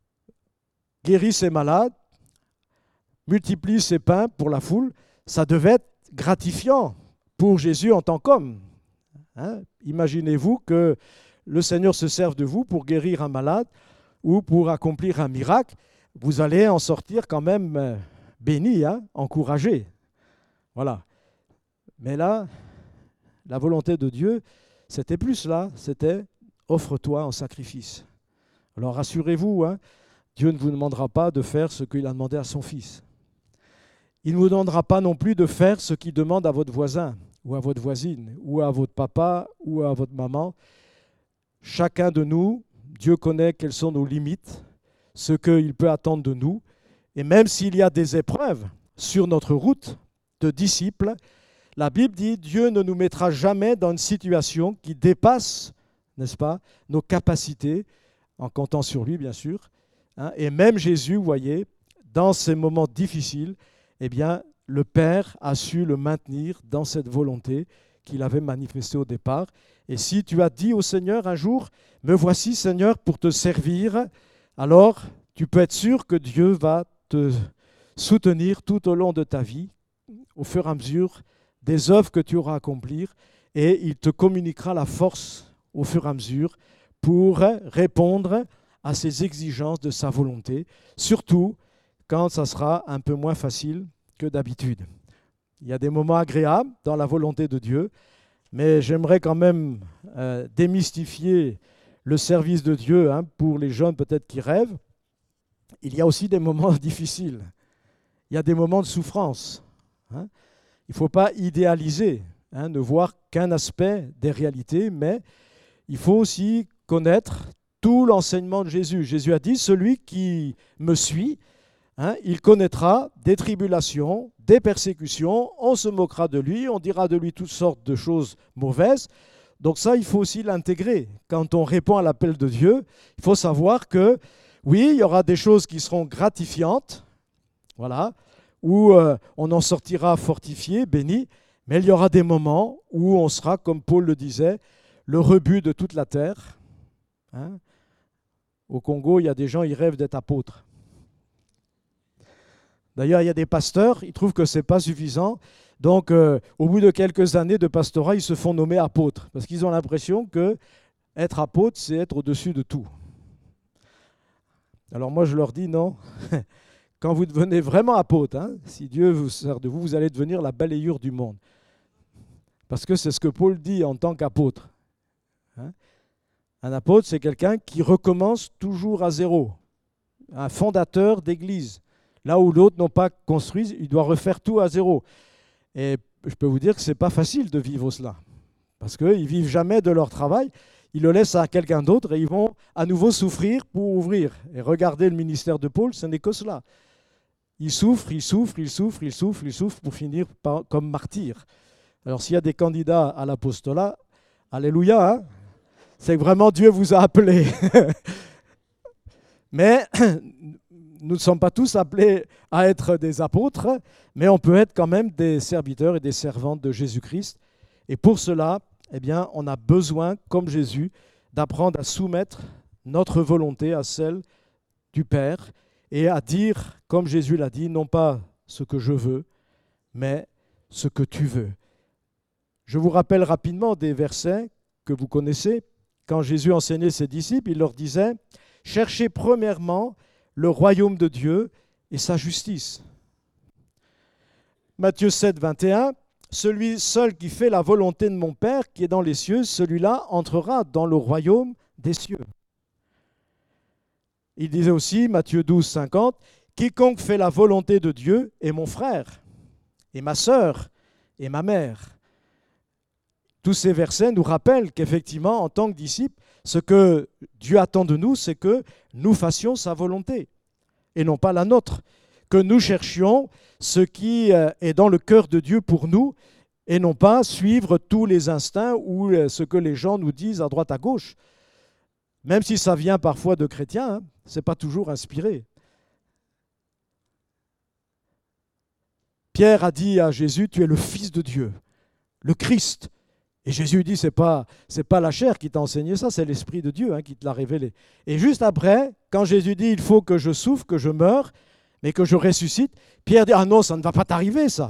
« guéris ces malades, multiplie ces pains pour la foule », ça devait être gratifiant pour Jésus en tant qu'homme. Imaginez-vous que le Seigneur se serve de vous pour guérir un malade ou pour accomplir un miracle. Vous allez en sortir quand même béni, encouragé. Voilà. Mais là, la volonté de Dieu, c'était plus là, c'était offre-toi en sacrifice. Alors rassurez-vous, Dieu ne vous demandera pas de faire ce qu'il a demandé à son Fils. Il ne vous demandera pas non plus de faire ce qu'il demande à votre voisin ou à votre voisine ou à votre papa ou à votre maman. Chacun de nous, Dieu connaît quelles sont nos limites, ce qu'il peut attendre de nous. Et même s'il y a des épreuves sur notre route de disciples, la Bible dit Dieu ne nous mettra jamais dans une situation qui dépasse, n'est-ce pas, nos capacités, en comptant sur lui, bien sûr. Et même Jésus, vous voyez, dans ces moments difficiles, eh bien, le Père a su le maintenir dans cette volonté qu'il avait manifestée au départ. Et si tu as dit au Seigneur un jour, « Me voici, Seigneur, pour te servir », alors tu peux être sûr que Dieu va te soutenir tout au long de ta vie, au fur et à mesure des œuvres que tu auras à accomplir, et il te communiquera la force au fur et à mesure pour répondre à ces exigences de sa volonté, surtout quand ça sera un peu moins facile que d'habitude. Il y a des moments agréables dans la volonté de Dieu, mais j'aimerais quand même démystifier le service de Dieu pour les jeunes peut-être qui rêvent. Il y a aussi des moments difficiles. Il y a des moments de souffrance. Il ne faut pas idéaliser, ne voir qu'un aspect des réalités, mais il faut aussi connaître tout l'enseignement de Jésus. Jésus a dit, celui qui me suit, il connaîtra des tribulations, des persécutions, on se moquera de lui, on dira de lui toutes sortes de choses mauvaises. Donc ça, il faut aussi l'intégrer. Quand on répond à l'appel de Dieu, il faut savoir que, oui, il y aura des choses qui seront gratifiantes, voilà, où on en sortira fortifié, béni, mais il y aura des moments où on sera, comme Paul le disait, le rebut de toute la terre. Au Congo, il y a des gens, ils rêvent d'être apôtres. D'ailleurs, il y a des pasteurs, ils trouvent que ce n'est pas suffisant. Donc, au bout de quelques années de pastorat, ils se font nommer apôtres. Parce qu'ils ont l'impression que être apôtre, c'est être au-dessus de tout. Alors moi, je leur dis non. Quand vous devenez vraiment apôtre, si Dieu vous sert de vous, vous allez devenir la balayure du monde. Parce que c'est ce que Paul dit en tant qu'apôtre. Un apôtre, c'est quelqu'un qui recommence toujours à zéro. Un fondateur d'église. Là où l'autre n'a pas construit, il doit refaire tout à zéro. Et je peux vous dire que ce n'est pas facile de vivre cela. Parce qu'ils ne vivent jamais de leur travail. Ils le laissent à quelqu'un d'autre et ils vont à nouveau souffrir pour ouvrir. Et regardez le ministère de Paul, ce n'est que cela. Il souffre, il souffre, il souffre, il souffre, il souffre pour finir comme martyr. Alors s'il y a des candidats à l'apostolat, alléluia, c'est que vraiment Dieu vous a appelé. Mais nous ne sommes pas tous appelés à être des apôtres, mais on peut être quand même des serviteurs et des servantes de Jésus-Christ. Et pour cela, eh bien, on a besoin, comme Jésus, d'apprendre à soumettre notre volonté à celle du Père et à dire, comme Jésus l'a dit, non pas ce que je veux, mais ce que tu veux. Je vous rappelle rapidement des versets que vous connaissez. Quand Jésus enseignait ses disciples, il leur disait « Cherchez premièrement le royaume de Dieu et sa justice. » Matthieu 7, 21, « Celui seul qui fait la volonté de mon Père qui est dans les cieux, celui-là entrera dans le royaume des cieux. » Il disait aussi, Matthieu 12, 50, « Quiconque fait la volonté de Dieu est mon frère, et ma sœur, et ma mère. » Tous ces versets nous rappellent qu'effectivement, en tant que disciples, ce que Dieu attend de nous, c'est que nous fassions sa volonté et non pas la nôtre. Que nous cherchions ce qui est dans le cœur de Dieu pour nous et non pas suivre tous les instincts ou ce que les gens nous disent à droite à gauche. Même si ça vient parfois de chrétiens, ce n'est pas toujours inspiré. Pierre a dit à Jésus, « Tu es le Fils de Dieu, le Christ. » Et Jésus dit, c'est pas la chair qui t'a enseigné ça, c'est l'Esprit de Dieu qui te l'a révélé. Et juste après, quand Jésus dit, il faut que je souffre, que je meure, mais que je ressuscite, Pierre dit, ah non, ça ne va pas t'arriver ça.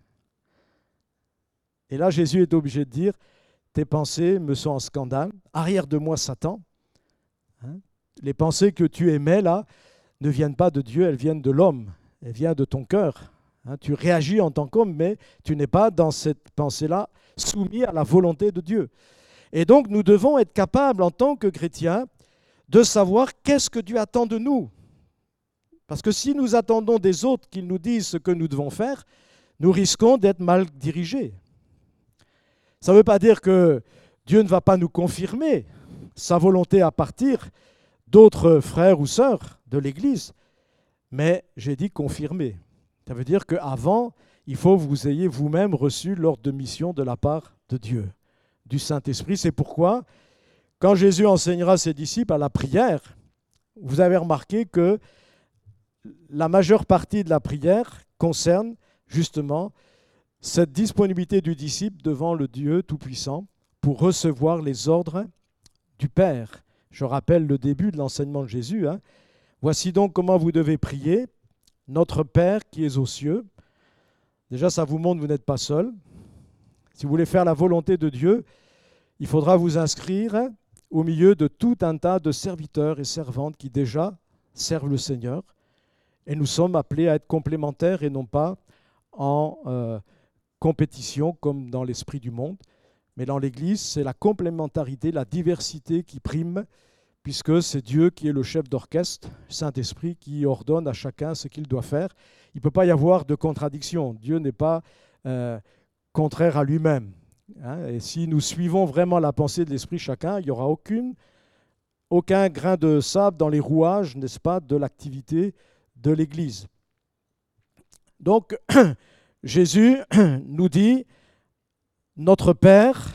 Et là, Jésus est obligé de dire, tes pensées me sont en scandale, arrière de moi Satan. Les pensées que tu émets là ne viennent pas de Dieu, elles viennent de l'homme, elles viennent de ton cœur. Tu réagis en tant qu'homme, mais tu n'es pas dans cette pensée-là soumis à la volonté de Dieu. Et donc, nous devons être capables, en tant que chrétiens, de savoir qu'est-ce que Dieu attend de nous. Parce que si nous attendons des autres qu'ils nous disent ce que nous devons faire, nous risquons d'être mal dirigés. Ça ne veut pas dire que Dieu ne va pas nous confirmer sa volonté à partir d'autres frères ou sœurs de l'Église, mais j'ai dit confirmer. Ça veut dire qu'avant, il faut que vous ayez vous-même reçu l'ordre de mission de la part de Dieu, du Saint-Esprit. C'est pourquoi, quand Jésus enseignera ses disciples à la prière, vous avez remarqué que la majeure partie de la prière concerne justement cette disponibilité du disciple devant le Dieu Tout-Puissant pour recevoir les ordres du Père. Je rappelle le début de l'enseignement de Jésus. Voici donc comment vous devez prier. Notre Père qui es aux cieux. Déjà, ça vous montre que vous n'êtes pas seul. Si vous voulez faire la volonté de Dieu, il faudra vous inscrire au milieu de tout un tas de serviteurs et servantes qui déjà servent le Seigneur. Et nous sommes appelés à être complémentaires et non pas en compétition comme dans l'esprit du monde. Mais dans l'Église, c'est la complémentarité, la diversité qui prime, puisque c'est Dieu qui est le chef d'orchestre, Saint-Esprit, qui ordonne à chacun ce qu'il doit faire. Il ne peut pas y avoir de contradiction. Dieu n'est pas contraire à lui-même. Et si nous suivons vraiment la pensée de l'Esprit chacun, il n'y aura aucune aucun grain de sable dans les rouages, n'est-ce pas, de l'activité de l'Église. Donc, Jésus nous dit, notre Père,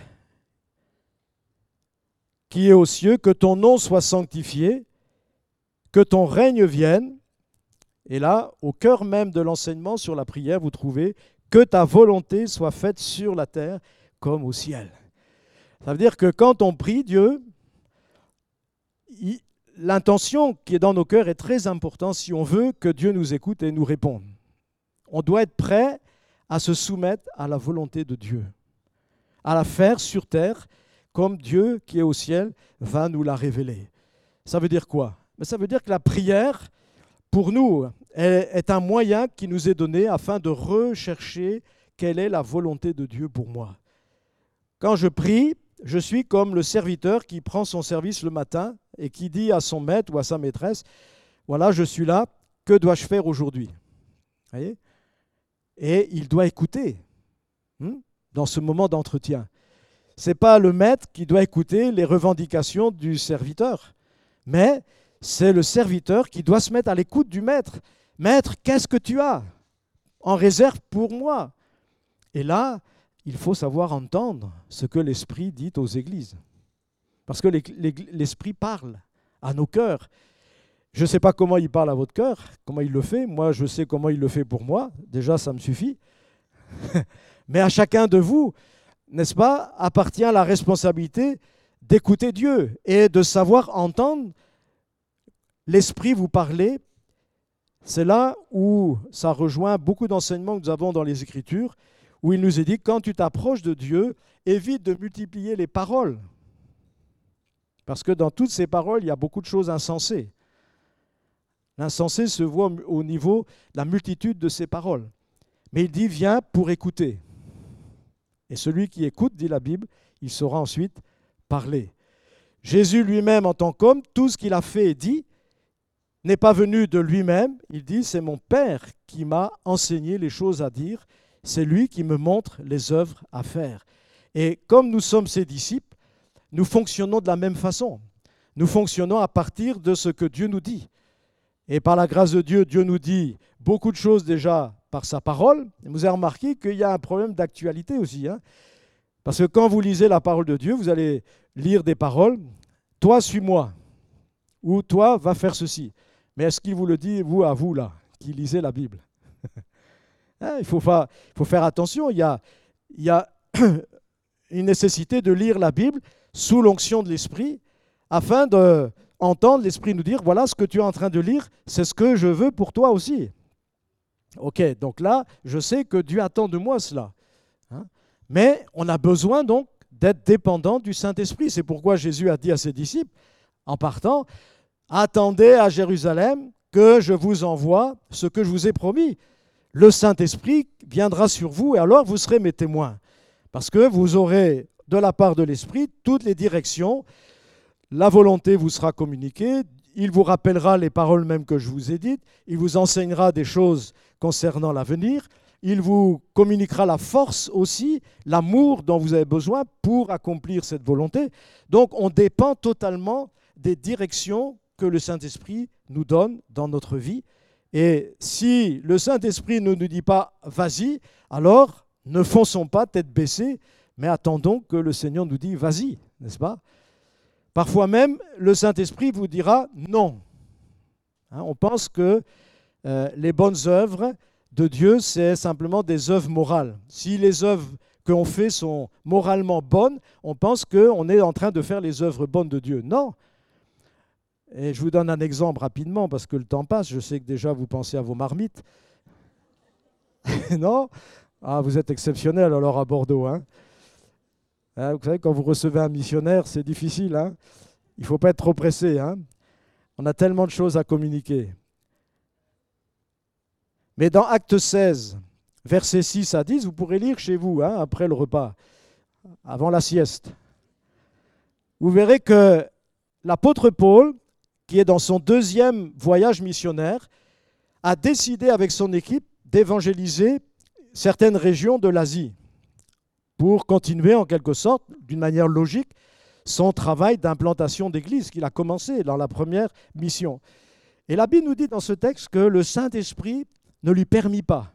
qui est aux cieux, que ton nom soit sanctifié, que ton règne vienne. Et là, au cœur même de l'enseignement sur la prière, vous trouvez que ta volonté soit faite sur la terre comme au ciel. Ça veut dire que quand on prie Dieu, l'intention qui est dans nos cœurs est très importante si on veut que Dieu nous écoute et nous réponde. On doit être prêt à se soumettre à la volonté de Dieu, à la faire sur terre comme Dieu qui est au ciel va nous la révéler. Ça veut dire quoi? Mais ça veut dire que la prière, pour nous, est un moyen qui nous est donné afin de rechercher quelle est la volonté de Dieu pour moi. Quand je prie, je suis comme le serviteur qui prend son service le matin et qui dit à son maître ou à sa maîtresse, voilà, je suis là, que dois-je faire aujourd'hui? Voyez? Et il doit écouter dans ce moment d'entretien. Ce n'est pas le maître qui doit écouter les revendications du serviteur, mais c'est le serviteur qui doit se mettre à l'écoute du maître. Maître, qu'est-ce que tu as en réserve pour moi? Et là, il faut savoir entendre ce que l'Esprit dit aux églises. Parce que l'Esprit parle à nos cœurs. Je ne sais pas comment il parle à votre cœur, comment il le fait. Moi, je sais comment il le fait pour moi. Déjà, ça me suffit. Mais à chacun de vous, n'est-ce pas, appartient la responsabilité d'écouter Dieu et de savoir entendre l'Esprit vous parler. C'est là où ça rejoint beaucoup d'enseignements que nous avons dans les Écritures, où il nous est dit, quand tu t'approches de Dieu, évite de multiplier les paroles. Parce que dans toutes ces paroles, il y a beaucoup de choses insensées. L'insensé se voit au niveau de la multitude de ces paroles. Mais il dit, viens pour écouter. Et celui qui écoute, dit la Bible, il saura ensuite parler. Jésus lui-même, en tant qu'homme, tout ce qu'il a fait et dit n'est pas venu de lui-même. Il dit, c'est mon Père qui m'a enseigné les choses à dire. C'est lui qui me montre les œuvres à faire. Et comme nous sommes ses disciples, nous fonctionnons de la même façon. Nous fonctionnons à partir de ce que Dieu nous dit. Et par la grâce de Dieu, Dieu nous dit beaucoup de choses déjà par sa parole. Vous avez remarqué qu'il y a un problème d'actualité aussi. Parce que quand vous lisez la parole de Dieu, vous allez lire des paroles. Toi, suis-moi. Ou toi, va faire ceci. Mais est-ce qu'il vous le dit, vous, à vous, là, qui lisez la Bible? Il faut faire attention. Il y a une nécessité de lire la Bible sous l'onction de l'Esprit afin d'entendre l'Esprit nous dire, voilà ce que tu es en train de lire, c'est ce que je veux pour toi aussi. Ok, donc là, je sais que Dieu attend de moi cela. Mais on a besoin donc d'être dépendant du Saint-Esprit. C'est pourquoi Jésus a dit à ses disciples, en partant, attendez à Jérusalem que je vous envoie ce que je vous ai promis. Le Saint-Esprit viendra sur vous et alors vous serez mes témoins. Parce que vous aurez de la part de l'Esprit toutes les directions. La volonté vous sera communiquée. Il vous rappellera les paroles même que je vous ai dites. Il vous enseignera des choses concernant l'avenir. Il vous communiquera la force aussi, l'amour dont vous avez besoin pour accomplir cette volonté. Donc on dépend totalement des directions que le Saint-Esprit nous donne dans notre vie. Et si le Saint-Esprit ne nous dit pas « vas-y », alors ne fonçons pas tête baissée, mais attendons que le Seigneur nous dise « vas-y », n'est-ce pas? Parfois même, le Saint-Esprit vous dira « non ». On pense que les bonnes œuvres de Dieu, c'est simplement des œuvres morales. Si les œuvres qu'on fait sont moralement bonnes, on pense qu'on est en train de faire les œuvres bonnes de Dieu. Non. Et je vous donne un exemple rapidement, parce que le temps passe. Je sais que déjà vous pensez à vos marmites. Non? Ah, vous êtes exceptionnel alors à Bordeaux. Vous savez, quand vous recevez un missionnaire, c'est difficile. Il ne faut pas être trop pressé. On a tellement de choses à communiquer. Mais dans Acte 16, versets 6 à 10, vous pourrez lire chez vous, après le repas, avant la sieste. Vous verrez que l'apôtre Paul, qui est dans son deuxième voyage missionnaire, a décidé avec son équipe d'évangéliser certaines régions de l'Asie pour continuer en quelque sorte, d'une manière logique, son travail d'implantation d'église qu'il a commencé dans la première mission. Et la Bible nous dit dans ce texte que le Saint-Esprit ne lui permit pas.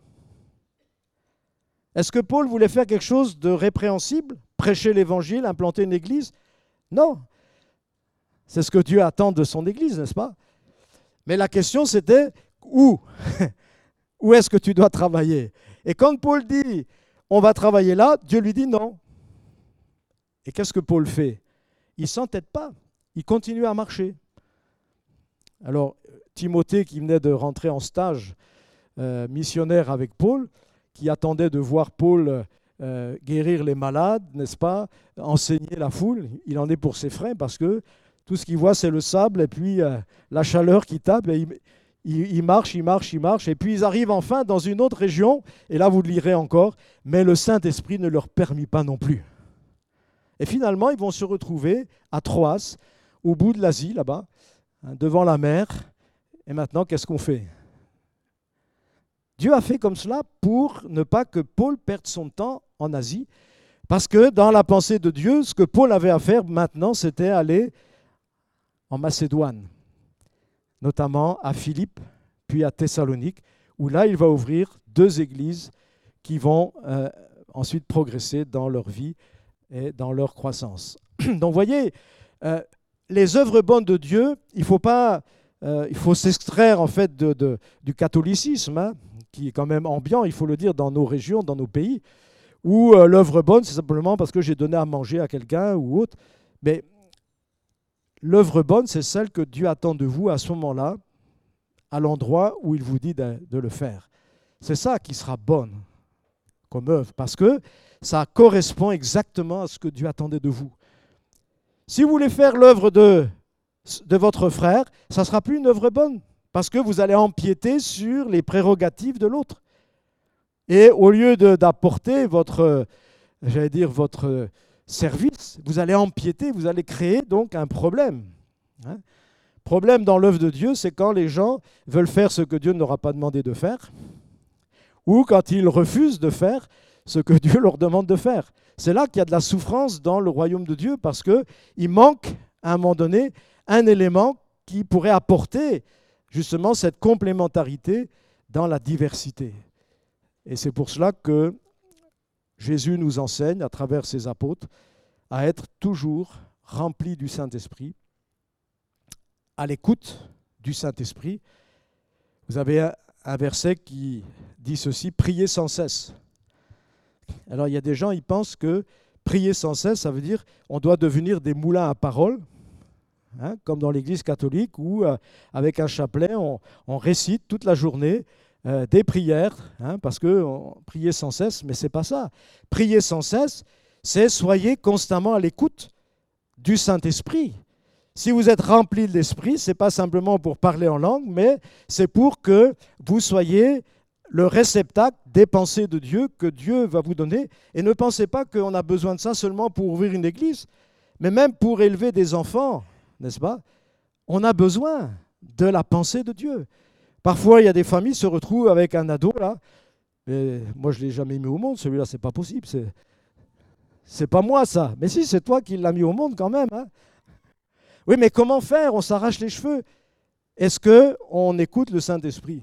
Est-ce que Paul voulait faire quelque chose de répréhensible, prêcher l'évangile, implanter une église? Non. C'est ce que Dieu attend de son église, n'est-ce pas? Mais la question c'était où? Où est-ce que tu dois travailler? Et quand Paul dit on va travailler là, Dieu lui dit non. Et qu'est-ce que Paul fait? Il ne s'entête pas, il continue à marcher. Alors, Timothée, qui venait de rentrer en stage missionnaire avec Paul, qui attendait de voir Paul guérir les malades, n'est-ce pas, enseigner la foule, il en est pour ses frais parce que tout ce qu'il voit, c'est le sable et puis la chaleur qui tape. Et il marche, et puis ils arrivent enfin dans une autre région, et là vous le lirez encore, mais le Saint-Esprit ne leur permit pas non plus. Et finalement, ils vont se retrouver à Troas, au bout de l'Asie, là-bas, devant la mer. Et maintenant, qu'est-ce qu'on fait? Dieu a fait comme cela pour ne pas que Paul perde son temps en Asie, parce que dans la pensée de Dieu, ce que Paul avait à faire maintenant, c'était aller en Macédoine, notamment à Philippe, puis à Thessalonique, où là, il va ouvrir 2 églises qui vont ensuite progresser dans leur vie et dans leur croissance. Donc, vous voyez, les œuvres bonnes de Dieu, il faut s'extraire en fait du catholicisme, hein, qui est quand même ambiant, il faut le dire, dans nos régions, dans nos pays, où l'œuvre bonne, c'est simplement parce que j'ai donné à manger à quelqu'un ou autre. Mais l'œuvre bonne, c'est celle que Dieu attend de vous à ce moment-là, à l'endroit où il vous dit de le faire. C'est ça qui sera bonne comme œuvre, parce que ça correspond exactement à ce que Dieu attendait de vous. Si vous voulez faire l'œuvre de votre frère, ça ne sera plus une œuvre bonne, parce que vous allez empiéter sur les prérogatives de l'autre. Et au lieu d'apporter votre service, vous allez empiéter, vous allez créer donc un problème. Hein? Problème dans l'œuvre de Dieu, c'est quand les gens veulent faire ce que Dieu ne leur a pas demandé de faire, ou quand ils refusent de faire ce que Dieu leur demande de faire. C'est là qu'il y a de la souffrance dans le royaume de Dieu, parce qu'il manque, à un moment donné, un élément qui pourrait apporter justement cette complémentarité dans la diversité. Et c'est pour cela que Jésus nous enseigne, à travers ses apôtres, à être toujours remplis du Saint-Esprit, à l'écoute du Saint-Esprit. Vous avez un verset qui dit ceci, « Priez sans cesse ». Alors il y a des gens, ils pensent que prier sans cesse, ça veut dire on doit devenir des moulins à parole, hein, comme dans l'Église catholique, où avec un chapelet, on récite toute la journée des prières, hein, parce que prier sans cesse, mais ce n'est pas ça. Prier sans cesse, c'est soyez constamment à l'écoute du Saint-Esprit. Si vous êtes rempli de l'Esprit, ce n'est pas simplement pour parler en langue, mais c'est pour que vous soyez le réceptacle des pensées de Dieu que Dieu va vous donner. Et ne pensez pas qu'on a besoin de ça seulement pour ouvrir une église, mais même pour élever des enfants, n'est-ce pas? On a besoin de la pensée de Dieu. Parfois, il y a des familles qui se retrouvent avec un ado, là. Et moi, je ne l'ai jamais mis au monde, celui-là, c'est pas possible. C'est pas moi, ça. Mais si, c'est toi qui l'as mis au monde quand même. Hein. Oui, mais comment faire? On s'arrache les cheveux. Est-ce qu'on écoute le Saint-Esprit?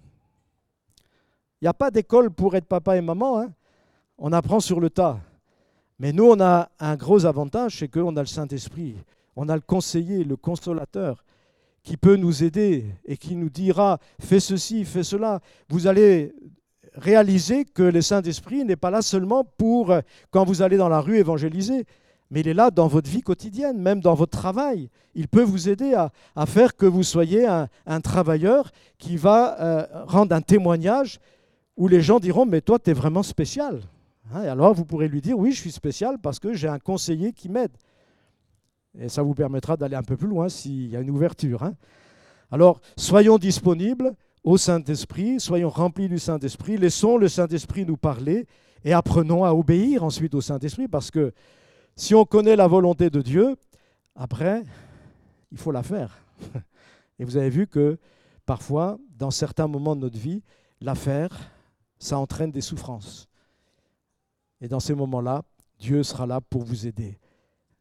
Il n'y a pas d'école pour être papa et maman. Hein. On apprend sur le tas. Mais nous, on a un gros avantage, c'est qu'on a le Saint-Esprit. On a le conseiller, le consolateur, qui peut nous aider et qui nous dira « fais ceci, fais cela ». Vous allez réaliser que le Saint-Esprit n'est pas là seulement pour, quand vous allez dans la rue, évangéliser, mais il est là dans votre vie quotidienne, même dans votre travail. Il peut vous aider à faire que vous soyez un travailleur qui va rendre un témoignage où les gens diront « mais toi, tu es vraiment spécial ». Et alors, vous pourrez lui dire « oui, je suis spécial parce que j'ai un conseiller qui m'aide ». Et ça vous permettra d'aller un peu plus loin s'il y a une ouverture. Hein. Alors, soyons disponibles au Saint-Esprit, soyons remplis du Saint-Esprit, laissons le Saint-Esprit nous parler et apprenons à obéir ensuite au Saint-Esprit, parce que si on connaît la volonté de Dieu, après, il faut la faire. Et vous avez vu que parfois, dans certains moments de notre vie, la faire, ça entraîne des souffrances. Et dans ces moments-là, Dieu sera là pour vous aider.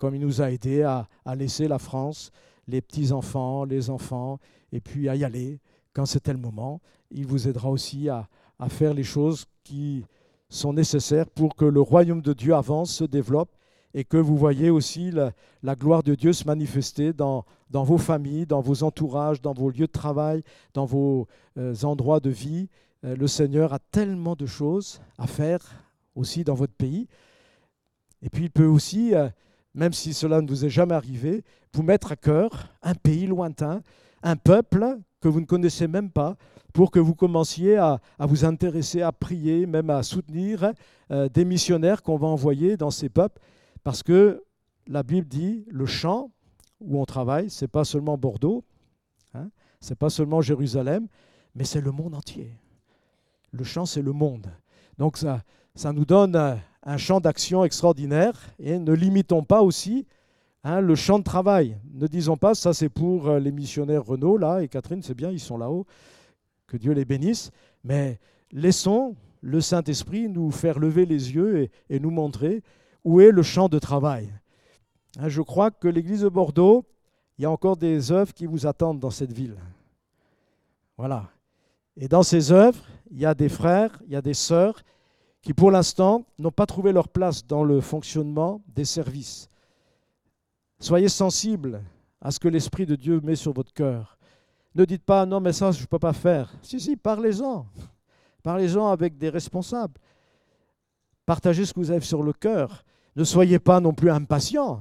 comme il nous a aidés à laisser la France, les petits-enfants, les enfants, et puis à y aller quand c'était le moment. Il vous aidera aussi à faire les choses qui sont nécessaires pour que le royaume de Dieu avance, se développe, et que vous voyez aussi la gloire de Dieu se manifester dans vos familles, dans vos entourages, dans vos lieux de travail, dans vos endroits de vie. Le Seigneur a tellement de choses à faire aussi dans votre pays. Et puis il peut aussi, même si cela ne vous est jamais arrivé, vous mettre à cœur un pays lointain, un peuple que vous ne connaissez même pas, pour que vous commenciez à vous intéresser, à prier, même à soutenir des missionnaires qu'on va envoyer dans ces peuples. Parce que la Bible dit, le champ où on travaille, ce n'est pas seulement Bordeaux, hein, ce n'est pas seulement Jérusalem, mais c'est le monde entier. Le champ, c'est le monde. Donc ça nous donne un champ d'action extraordinaire, et ne limitons pas aussi le champ de travail. Ne disons pas, ça c'est pour les missionnaires Renaud, là, et Catherine, c'est bien, ils sont là-haut, que Dieu les bénisse, mais laissons le Saint-Esprit nous faire lever les yeux et nous montrer où est le champ de travail. Je crois que l'église de Bordeaux, il y a encore des œuvres qui vous attendent dans cette ville. Voilà. Et dans ces œuvres, il y a des frères, il y a des sœurs qui, pour l'instant, n'ont pas trouvé leur place dans le fonctionnement des services. Soyez sensibles à ce que l'Esprit de Dieu met sur votre cœur. Ne dites pas « non, mais ça, je ne peux pas faire ». Si, parlez-en. Parlez-en avec des responsables. Partagez ce que vous avez sur le cœur. Ne soyez pas non plus impatients.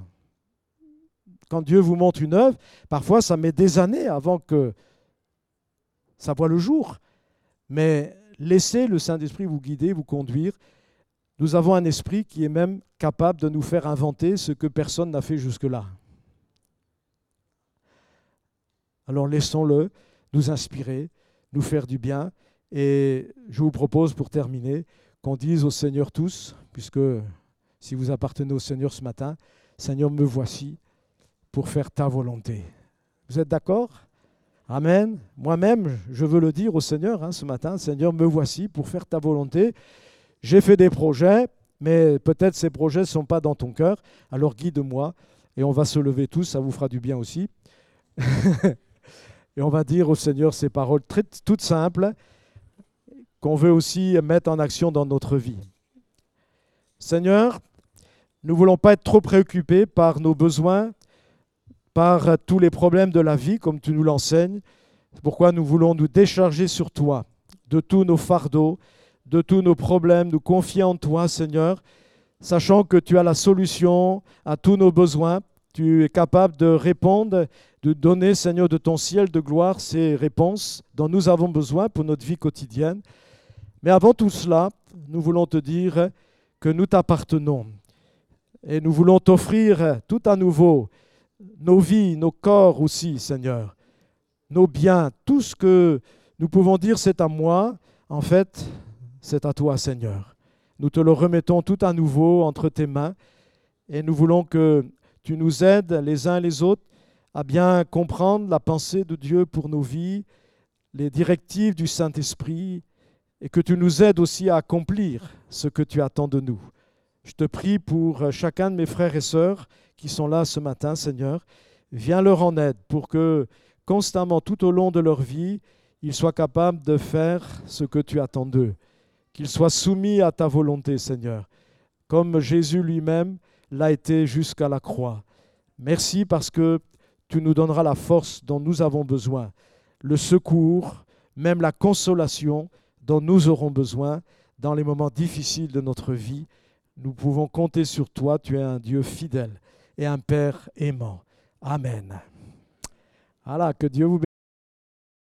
Quand Dieu vous montre une œuvre, parfois ça met des années avant que ça voit le jour. Mais laissez le Saint-Esprit vous guider, vous conduire. Nous avons un esprit qui est même capable de nous faire inventer ce que personne n'a fait jusque-là. Alors laissons-le nous inspirer, nous faire du bien. Et je vous propose pour terminer qu'on dise au Seigneur tous, puisque si vous appartenez au Seigneur ce matin, Seigneur, me voici pour faire ta volonté. Vous êtes d'accord ? Amen. Moi-même, je veux le dire au Seigneur ce matin, Seigneur, me voici pour faire ta volonté. J'ai fait des projets, mais peut-être ces projets ne sont pas dans ton cœur, alors guide-moi. Et on va se lever tous, ça vous fera du bien aussi. Et on va dire au Seigneur ces paroles toutes simples qu'on veut aussi mettre en action dans notre vie. Seigneur, nous ne voulons pas être trop préoccupés par nos besoins, par tous les problèmes de la vie, comme tu nous l'enseignes. C'est pourquoi nous voulons nous décharger sur toi de tous nos fardeaux, de tous nos problèmes, nous confier en toi, Seigneur, sachant que tu as la solution à tous nos besoins. Tu es capable de répondre, de donner, Seigneur, de ton ciel de gloire, ces réponses dont nous avons besoin pour notre vie quotidienne. Mais avant tout cela, nous voulons te dire que nous t'appartenons. Et nous voulons t'offrir tout à nouveau nos vies, nos corps aussi, Seigneur, nos biens, tout ce que nous pouvons dire c'est à moi, en fait, c'est à toi, Seigneur. Nous te le remettons tout à nouveau entre tes mains et nous voulons que tu nous aides les uns et les autres à bien comprendre la pensée de Dieu pour nos vies, les directives du Saint-Esprit et que tu nous aides aussi à accomplir ce que tu attends de nous. Je te prie pour chacun de mes frères et sœurs qui sont là ce matin, Seigneur. Viens leur en aide pour que constamment, tout au long de leur vie, ils soient capables de faire ce que tu attends d'eux. Qu'ils soient soumis à ta volonté, Seigneur, comme Jésus lui-même l'a été jusqu'à la croix. Merci parce que tu nous donneras la force dont nous avons besoin, le secours, même la consolation dont nous aurons besoin dans les moments difficiles de notre vie. Nous pouvons compter sur toi, tu es un Dieu fidèle et un Père aimant. Amen. Voilà, que Dieu vous bénisse.